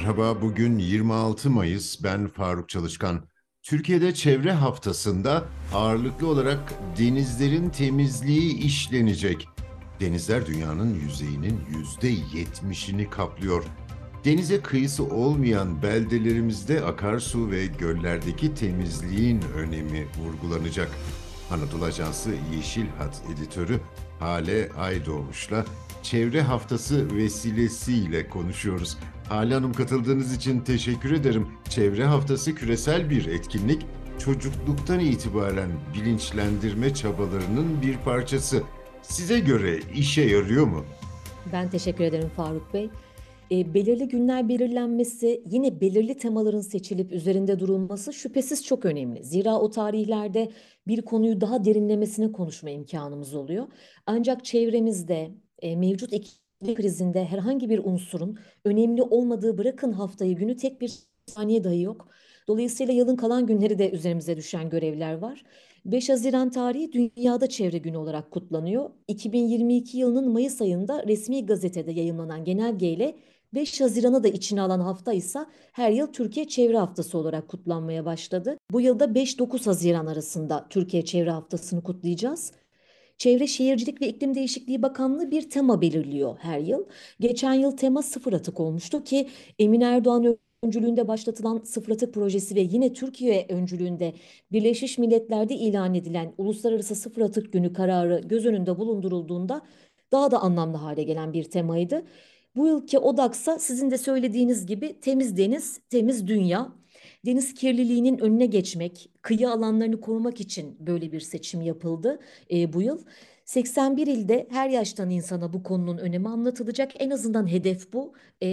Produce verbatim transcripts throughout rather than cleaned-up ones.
Merhaba, bugün yirmi altı Mayıs, ben Faruk Çalışkan. Türkiye'de Çevre Haftası'nda ağırlıklı olarak denizlerin temizliği işlenecek. Denizler dünyanın yüzeyinin yüzde yetmişini kaplıyor. Denize kıyısı olmayan beldelerimizde akarsu ve göllerdeki temizliğin önemi vurgulanacak. Anadolu Ajansı Yeşil Hat editörü Hale Aydoğmuş'la Çevre Haftası vesilesiyle konuşuyoruz. Hale Hanım, katıldığınız için teşekkür ederim. Çevre Haftası küresel bir etkinlik. Çocukluktan itibaren bilinçlendirme çabalarının bir parçası. Size göre işe yarıyor mu? Ben teşekkür ederim Faruk Bey. E, belirli günler belirlenmesi, yine belirli temaların seçilip üzerinde durulması şüphesiz çok önemli. Zira o tarihlerde bir konuyu daha derinlemesine konuşma imkanımız oluyor. Ancak çevremizde e, mevcut iklim krizinde herhangi bir unsurun önemli olmadığı, bırakın haftayı günü, tek bir saniye dahi yok. Dolayısıyla yılın kalan günleri de üzerimize düşen görevler var. beş Haziran tarihi Dünyada Çevre Günü olarak kutlanıyor. iki bin yirmi iki yılının Mayıs ayında resmi gazetede yayımlanan genelgeyle beş Haziran'ı da içine alan hafta ise her yıl Türkiye Çevre Haftası olarak kutlanmaya başladı. Bu yılda beş dokuz Haziran arasında Türkiye Çevre Haftası'nı kutlayacağız. Çevre Şehircilik ve İklim Değişikliği Bakanlığı bir tema belirliyor her yıl. Geçen yıl tema sıfır atık olmuştu ki Emin Erdoğan öncülüğünde başlatılan sıfır atık projesi ve yine Türkiye öncülüğünde Birleşmiş Milletler'de ilan edilen Uluslararası Sıfır Atık Günü kararı göz önünde bulundurulduğunda daha da anlamlı hale gelen bir temaydı. Bu yılki odaksa sizin de söylediğiniz gibi temiz deniz, temiz dünya. Deniz kirliliğinin önüne geçmek, kıyı alanlarını korumak için böyle bir seçim yapıldı e, bu yıl. seksen bir ilde her yaştan insana bu konunun önemi anlatılacak. En azından hedef bu.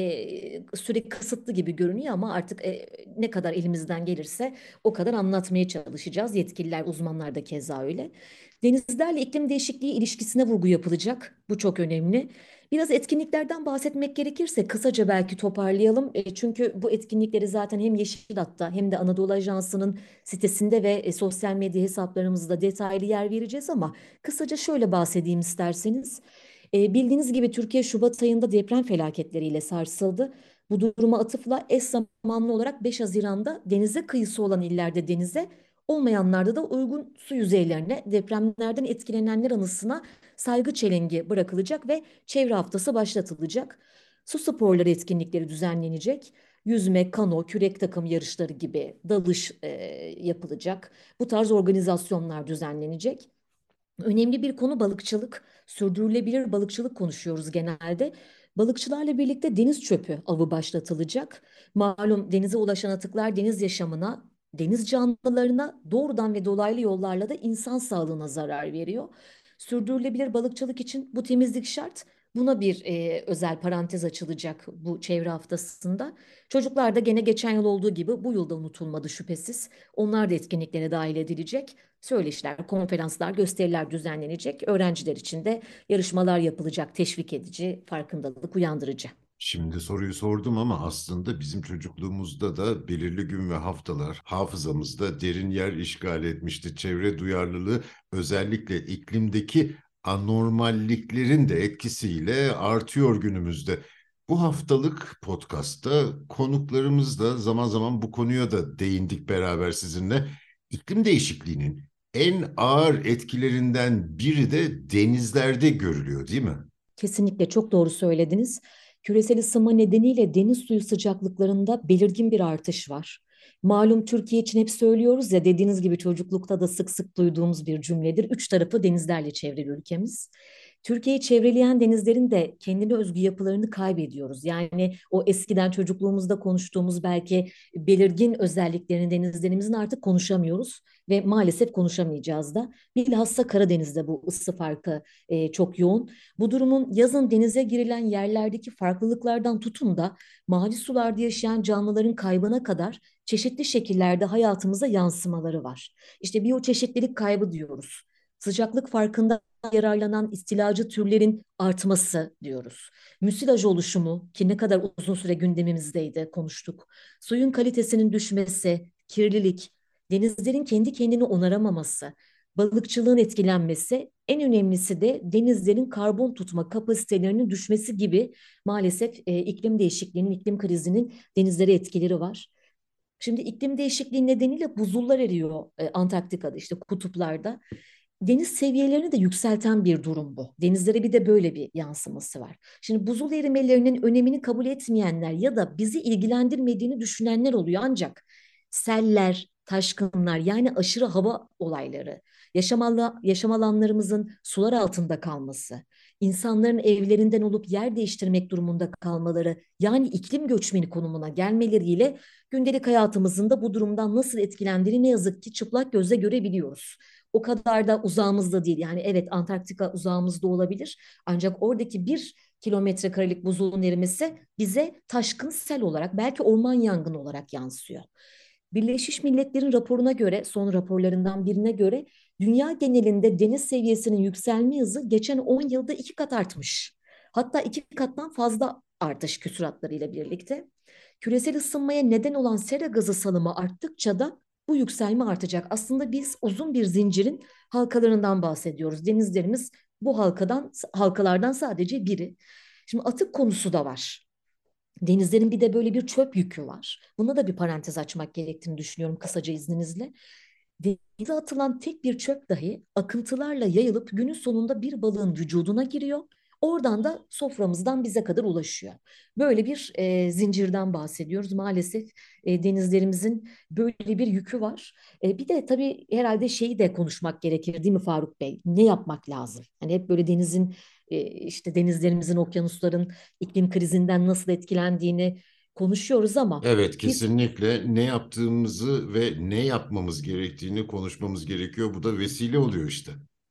E, süre kısıtlı gibi görünüyor ama artık e, ne kadar elimizden gelirse o kadar anlatmaya çalışacağız. Yetkililer, uzmanlar da keza öyle. Denizlerle iklim değişikliği ilişkisine vurgu yapılacak. Bu çok önemli. Biraz etkinliklerden bahsetmek gerekirse kısaca belki toparlayalım. E, çünkü bu etkinlikleri zaten hem Yeşilat'ta hem de Anadolu Ajansı'nın sitesinde ve e, sosyal medya hesaplarımızda detaylı yer vereceğiz ama kısaca şöyle bahsedeyim isterseniz. E, bildiğiniz gibi Türkiye Şubat ayında deprem felaketleriyle sarsıldı. Bu duruma atıfla eş zamanlı olarak beş Haziran'da denize kıyısı olan illerde denize, olmayanlarda da uygun su yüzeylerine depremlerden etkilenenler anısına saygı çelengi bırakılacak ve çevre haftası başlatılacak. Su sporları etkinlikleri düzenlenecek. Yüzme, kano, kürek takım yarışları gibi dalış e, yapılacak. Bu tarz organizasyonlar düzenlenecek. Önemli bir konu balıkçılık. Sürdürülebilir balıkçılık konuşuyoruz genelde. Balıkçılarla birlikte deniz çöpü avı başlatılacak. Malum denize ulaşan atıklar deniz yaşamına, deniz canlılarına doğrudan ve dolaylı yollarla da insan sağlığına zarar veriyor. Sürdürülebilir balıkçılık için bu temizlik şart. Buna bir e, özel parantez açılacak bu çevre haftasında. Çocuklar da gene geçen yıl olduğu gibi bu yılda unutulmadı şüphesiz. Onlar da etkinliklere dahil edilecek. Söyleşiler, konferanslar, gösteriler düzenlenecek. Öğrenciler için de yarışmalar yapılacak, teşvik edici, farkındalık uyandırıcı. Şimdi soruyu sordum ama aslında bizim çocukluğumuzda da belirli gün ve haftalar hafızamızda derin yer işgal etmişti. Çevre duyarlılığı özellikle iklimdeki anormalliklerin de etkisiyle artıyor günümüzde. Bu haftalık podcastta konuklarımızla zaman zaman bu konuya da değindik beraber sizinle. İklim değişikliğinin en ağır etkilerinden biri de denizlerde görülüyor, değil mi? Kesinlikle çok doğru söylediniz. Küresel ısınma nedeniyle deniz suyu sıcaklıklarında belirgin bir artış var. Malum Türkiye için hep söylüyoruz ya, dediğiniz gibi çocuklukta da sık sık duyduğumuz bir cümledir. Üç tarafı denizlerle çevrili ülkemiz. Türkiye'yi çevreleyen denizlerin de kendine özgü yapılarını kaybediyoruz. Yani o eskiden çocukluğumuzda konuştuğumuz belki belirgin özelliklerini denizlerimizin artık konuşamıyoruz ve maalesef konuşamayacağız da. Bilhassa Karadeniz'de bu ısı farkı e, çok yoğun. Bu durumun yazın denize girilen yerlerdeki farklılıklardan tutun da mavi sularda yaşayan canlıların kaybına kadar çeşitli şekillerde hayatımıza yansımaları var. İşte biyoçeşitlilik kaybı diyoruz. Sıcaklık farkında yararlanan istilacı türlerin artması diyoruz. Müsilaj oluşumu, ki ne kadar uzun süre gündemimizdeydi, konuştuk. Suyun kalitesinin düşmesi, kirlilik, denizlerin kendi kendini onaramaması, balıkçılığın etkilenmesi, en önemlisi de denizlerin karbon tutma kapasitelerinin düşmesi gibi maalesef e, iklim değişikliğinin, iklim krizinin denizlere etkileri var. Şimdi iklim değişikliği nedeniyle buzullar eriyor e, Antarktika'da, işte kutuplarda. Deniz seviyelerini de yükselten bir durum bu. Denizlere bir de böyle bir yansıması var. Şimdi buzul erimelerinin önemini kabul etmeyenler ya da bizi ilgilendirmediğini düşünenler oluyor. Ancak seller, taşkınlar, yani aşırı hava olayları, yaşam, ala- yaşam alanlarımızın sular altında kalması, insanların evlerinden olup yer değiştirmek durumunda kalmaları, yani iklim göçmeni konumuna gelmeleriyle gündelik hayatımızın da bu durumdan nasıl etkilendiğini ne yazık ki çıplak gözle görebiliyoruz. O kadar da uzağımızda değil. Yani evet, Antarktika uzağımızda olabilir. Ancak oradaki bir kilometre karelik buzulun erimesi bize taşkın sel olarak, belki orman yangını olarak yansıyor. Birleşmiş Milletler'in raporuna göre, son raporlarından birine göre, dünya genelinde deniz seviyesinin yükselme hızı geçen on yılda iki kat artmış. Hatta iki kattan fazla artış küsuratlarıyla birlikte. Küresel ısınmaya neden olan sera gazı salımı arttıkça da bu yükselme artacak. Aslında biz uzun bir zincirin halkalarından bahsediyoruz. Denizlerimiz bu halkadan halkalardan sadece biri. Şimdi atık konusu da var. Denizlerin bir de böyle bir çöp yükü var. Buna da bir parantez açmak gerektiğini düşünüyorum kısaca izninizle. Denize atılan tek bir çöp dahi akıntılarla yayılıp günün sonunda bir balığın vücuduna giriyor. Oradan da soframızdan bize kadar ulaşıyor. Böyle bir e, zincirden bahsediyoruz. Maalesef e, denizlerimizin böyle bir yükü var. E, bir de tabii herhalde şeyi de konuşmak gerekir, değil mi Faruk Bey? Ne yapmak lazım? Hani hep böyle denizin, e, işte denizlerimizin, okyanusların iklim krizinden nasıl etkilendiğini konuşuyoruz ama Evet, bir kesinlikle ne yaptığımızı ve ne yapmamız gerektiğini konuşmamız gerekiyor. Bu da vesile oluyor işte.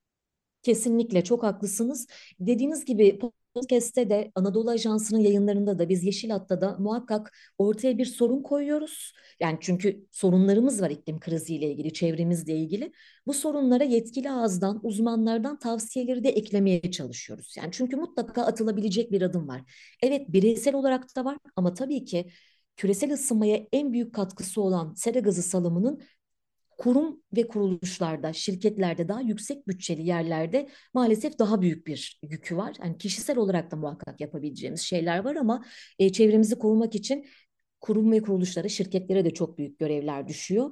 Kesinlikle çok haklısınız. Dediğiniz gibi podcast'te de, Anadolu Ajansı'nın yayınlarında da, biz Yeşil Hat'ta da muhakkak ortaya bir sorun koyuyoruz. Yani çünkü sorunlarımız var iklim kriziyle ilgili, çevremizle ilgili. Bu sorunlara yetkili ağızdan, uzmanlardan tavsiyeleri de eklemeye çalışıyoruz. Yani çünkü mutlaka atılabilecek bir adım var. Evet, bireysel olarak da var ama tabii ki küresel ısınmaya en büyük katkısı olan sera gazı salımının kurum ve kuruluşlarda, şirketlerde, daha yüksek bütçeli yerlerde maalesef daha büyük bir yükü var. Yani kişisel olarak da muhakkak yapabileceğimiz şeyler var ama e, çevremizi korumak için kurum ve kuruluşlara, şirketlere de çok büyük görevler düşüyor.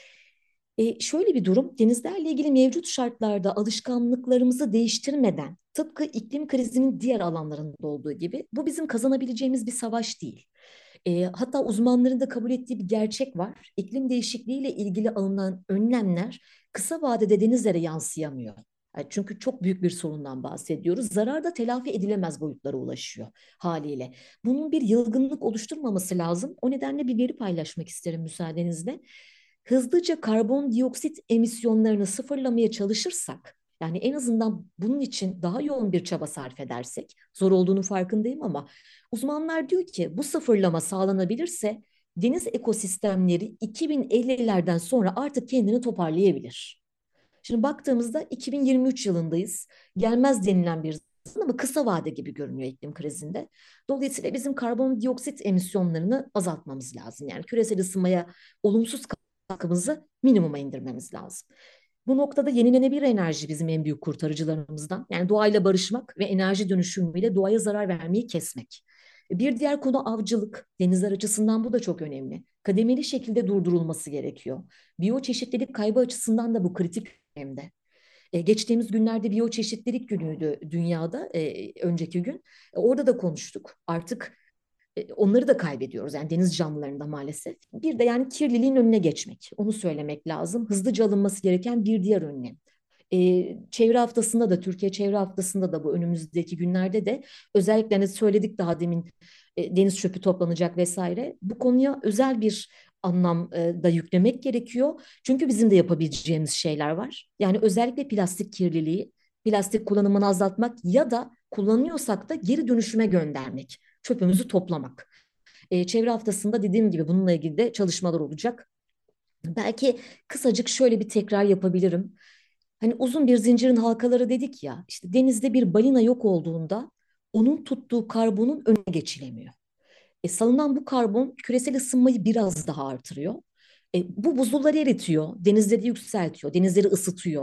E, şöyle bir durum, denizlerle ilgili mevcut şartlarda alışkanlıklarımızı değiştirmeden, tıpkı iklim krizinin diğer alanlarında olduğu gibi, bu bizim kazanabileceğimiz bir savaş değil. E, hatta uzmanların da kabul ettiği bir gerçek var. İklim değişikliğiyle ilgili alınan önlemler kısa vadede denizlere yansıyamıyor. Yani çünkü çok büyük bir sorundan bahsediyoruz. Zarar da telafi edilemez boyutlara ulaşıyor haliyle. Bunun bir yılgınlık oluşturmaması lazım. O nedenle bir veri paylaşmak isterim müsaadenizle. Hızlıca karbondioksit emisyonlarını sıfırlamaya çalışırsak, yani en azından bunun için daha yoğun bir çaba sarf edersek, zor olduğunu farkındayım ama uzmanlar diyor ki bu sıfırlama sağlanabilirse deniz ekosistemleri iki bin ellilerden sonra artık kendini toparlayabilir. Şimdi baktığımızda iki bin yirmi üç yılındayız. Gelmez denilen bir zaman ama kısa vade gibi görünüyor iklim krizinde. Dolayısıyla bizim karbondioksit emisyonlarını azaltmamız lazım. Yani küresel ısınmaya olumsuz katkımızı minimuma indirmemiz lazım. Bu noktada yenilenebilir enerji bizim en büyük kurtarıcılarımızdan. Yani doğayla barışmak ve enerji dönüşümüyle doğaya zarar vermeyi kesmek. Bir diğer konu avcılık. Denizler açısından bu da çok önemli. Kademeli şekilde durdurulması gerekiyor. Biyoçeşitlilik kaybı açısından da bu kritik önemde. E, geçtiğimiz günlerde biyoçeşitlilik günüydü dünyada, e, önceki gün. E, orada da konuştuk. Artık e, onları da kaybediyoruz. Yani deniz canlılarında maalesef. Bir de yani kirliliğin önüne geçmek. Onu söylemek lazım. Hızlıca alınması gereken bir diğer önlem. E, çevre haftasında da, Türkiye Çevre Haftası'nda da, bu önümüzdeki günlerde de özellikle hani söyledik daha demin, e, deniz çöpü toplanacak vesaire. Bu konuya özel bir anlam e, da yüklemek gerekiyor. Çünkü bizim de yapabileceğimiz şeyler var. Yani özellikle plastik kirliliği, plastik kullanımını azaltmak ya da kullanıyorsak da geri dönüşüme göndermek, çöpümüzü toplamak. E, çevre haftasında dediğim gibi bununla ilgili de çalışmalar olacak. Belki kısacık şöyle bir tekrar yapabilirim. Hani uzun bir zincirin halkaları dedik ya, işte denizde bir balina yok olduğunda onun tuttuğu karbonun önüne geçilemiyor. E, salınan bu karbon küresel ısınmayı biraz daha artırıyor. E, bu buzulları eritiyor, denizleri yükseltiyor, denizleri ısıtıyor.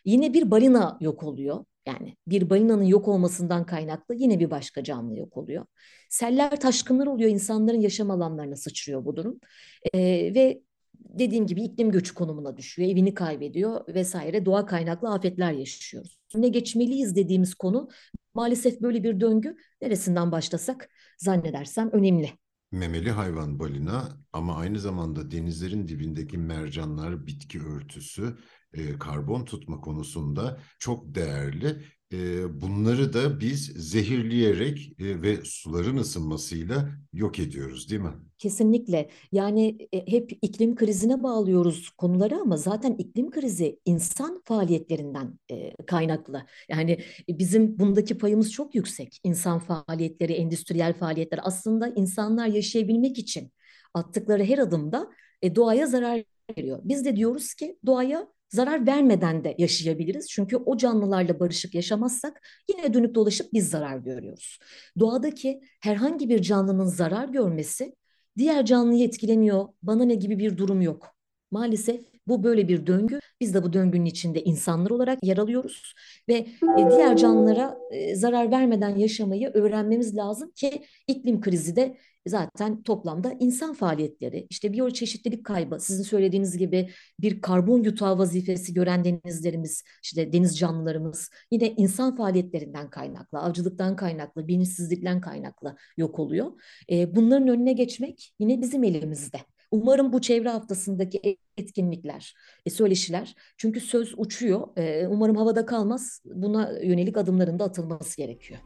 Yine bir balina yok oluyor. Yani bir balinanın yok olmasından kaynaklı yine bir başka canlı yok oluyor. Seller, taşkınlar oluyor, insanların yaşam alanlarına sıçrıyor bu durum. Ee, ve dediğim gibi iklim göçü konumuna düşüyor, evini kaybediyor vesaire, doğa kaynaklı afetler yaşıyoruz. Ne geçmeliyiz dediğimiz konu maalesef böyle bir döngü. Neresinden başlasak zannedersem önemli. Memeli hayvan balina ama aynı zamanda denizlerin dibindeki mercanlar, bitki örtüsü, e, karbon tutma konusunda çok değerli. E, bunları da biz zehirleyerek e, ve suların ısınmasıyla yok ediyoruz, değil mi? Kesinlikle. Yani e, hep iklim krizine bağlıyoruz konuları ama zaten iklim krizi insan faaliyetlerinden e, kaynaklı. Yani e, bizim bundaki payımız çok yüksek. İnsan faaliyetleri, endüstriyel faaliyetler, aslında insanlar yaşayabilmek için attıkları her adımda e, doğaya zarar veriyor. Biz de diyoruz ki doğaya zarar vermeden de yaşayabiliriz. Çünkü o canlılarla barışık yaşamazsak yine dönüp dolaşıp biz zarar görüyoruz. Doğadaki herhangi bir canlının zarar görmesi diğer canlıyı etkilemiyor, bana ne gibi bir durum yok. Maalesef bu böyle bir döngü. Biz de bu döngünün içinde insanlar olarak yer alıyoruz ve e, diğer canlılara e, zarar vermeden yaşamayı öğrenmemiz lazım ki iklim krizi de zaten toplamda insan faaliyetleri, işte biyoçeşitlilik kaybı, sizin söylediğiniz gibi bir karbon yutağı vazifesi gören denizlerimiz, işte deniz canlılarımız yine insan faaliyetlerinden kaynaklı, avcılıktan kaynaklı, bilinçsizlikten kaynaklı yok oluyor. E, bunların önüne geçmek yine bizim elimizde. Umarım bu çevre haftasındaki etkinlikler, e, söyleşiler, çünkü söz uçuyor. E, umarım havada kalmaz. Buna yönelik adımların da atılması gerekiyor.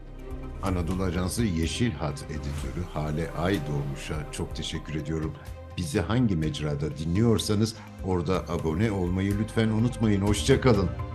Anadolu Ajansı Yeşil Hat editörü Hale Aydoğmuş'a çok teşekkür ediyorum. Bizi hangi mecrada dinliyorsanız orada abone olmayı lütfen unutmayın. Hoşça kalın.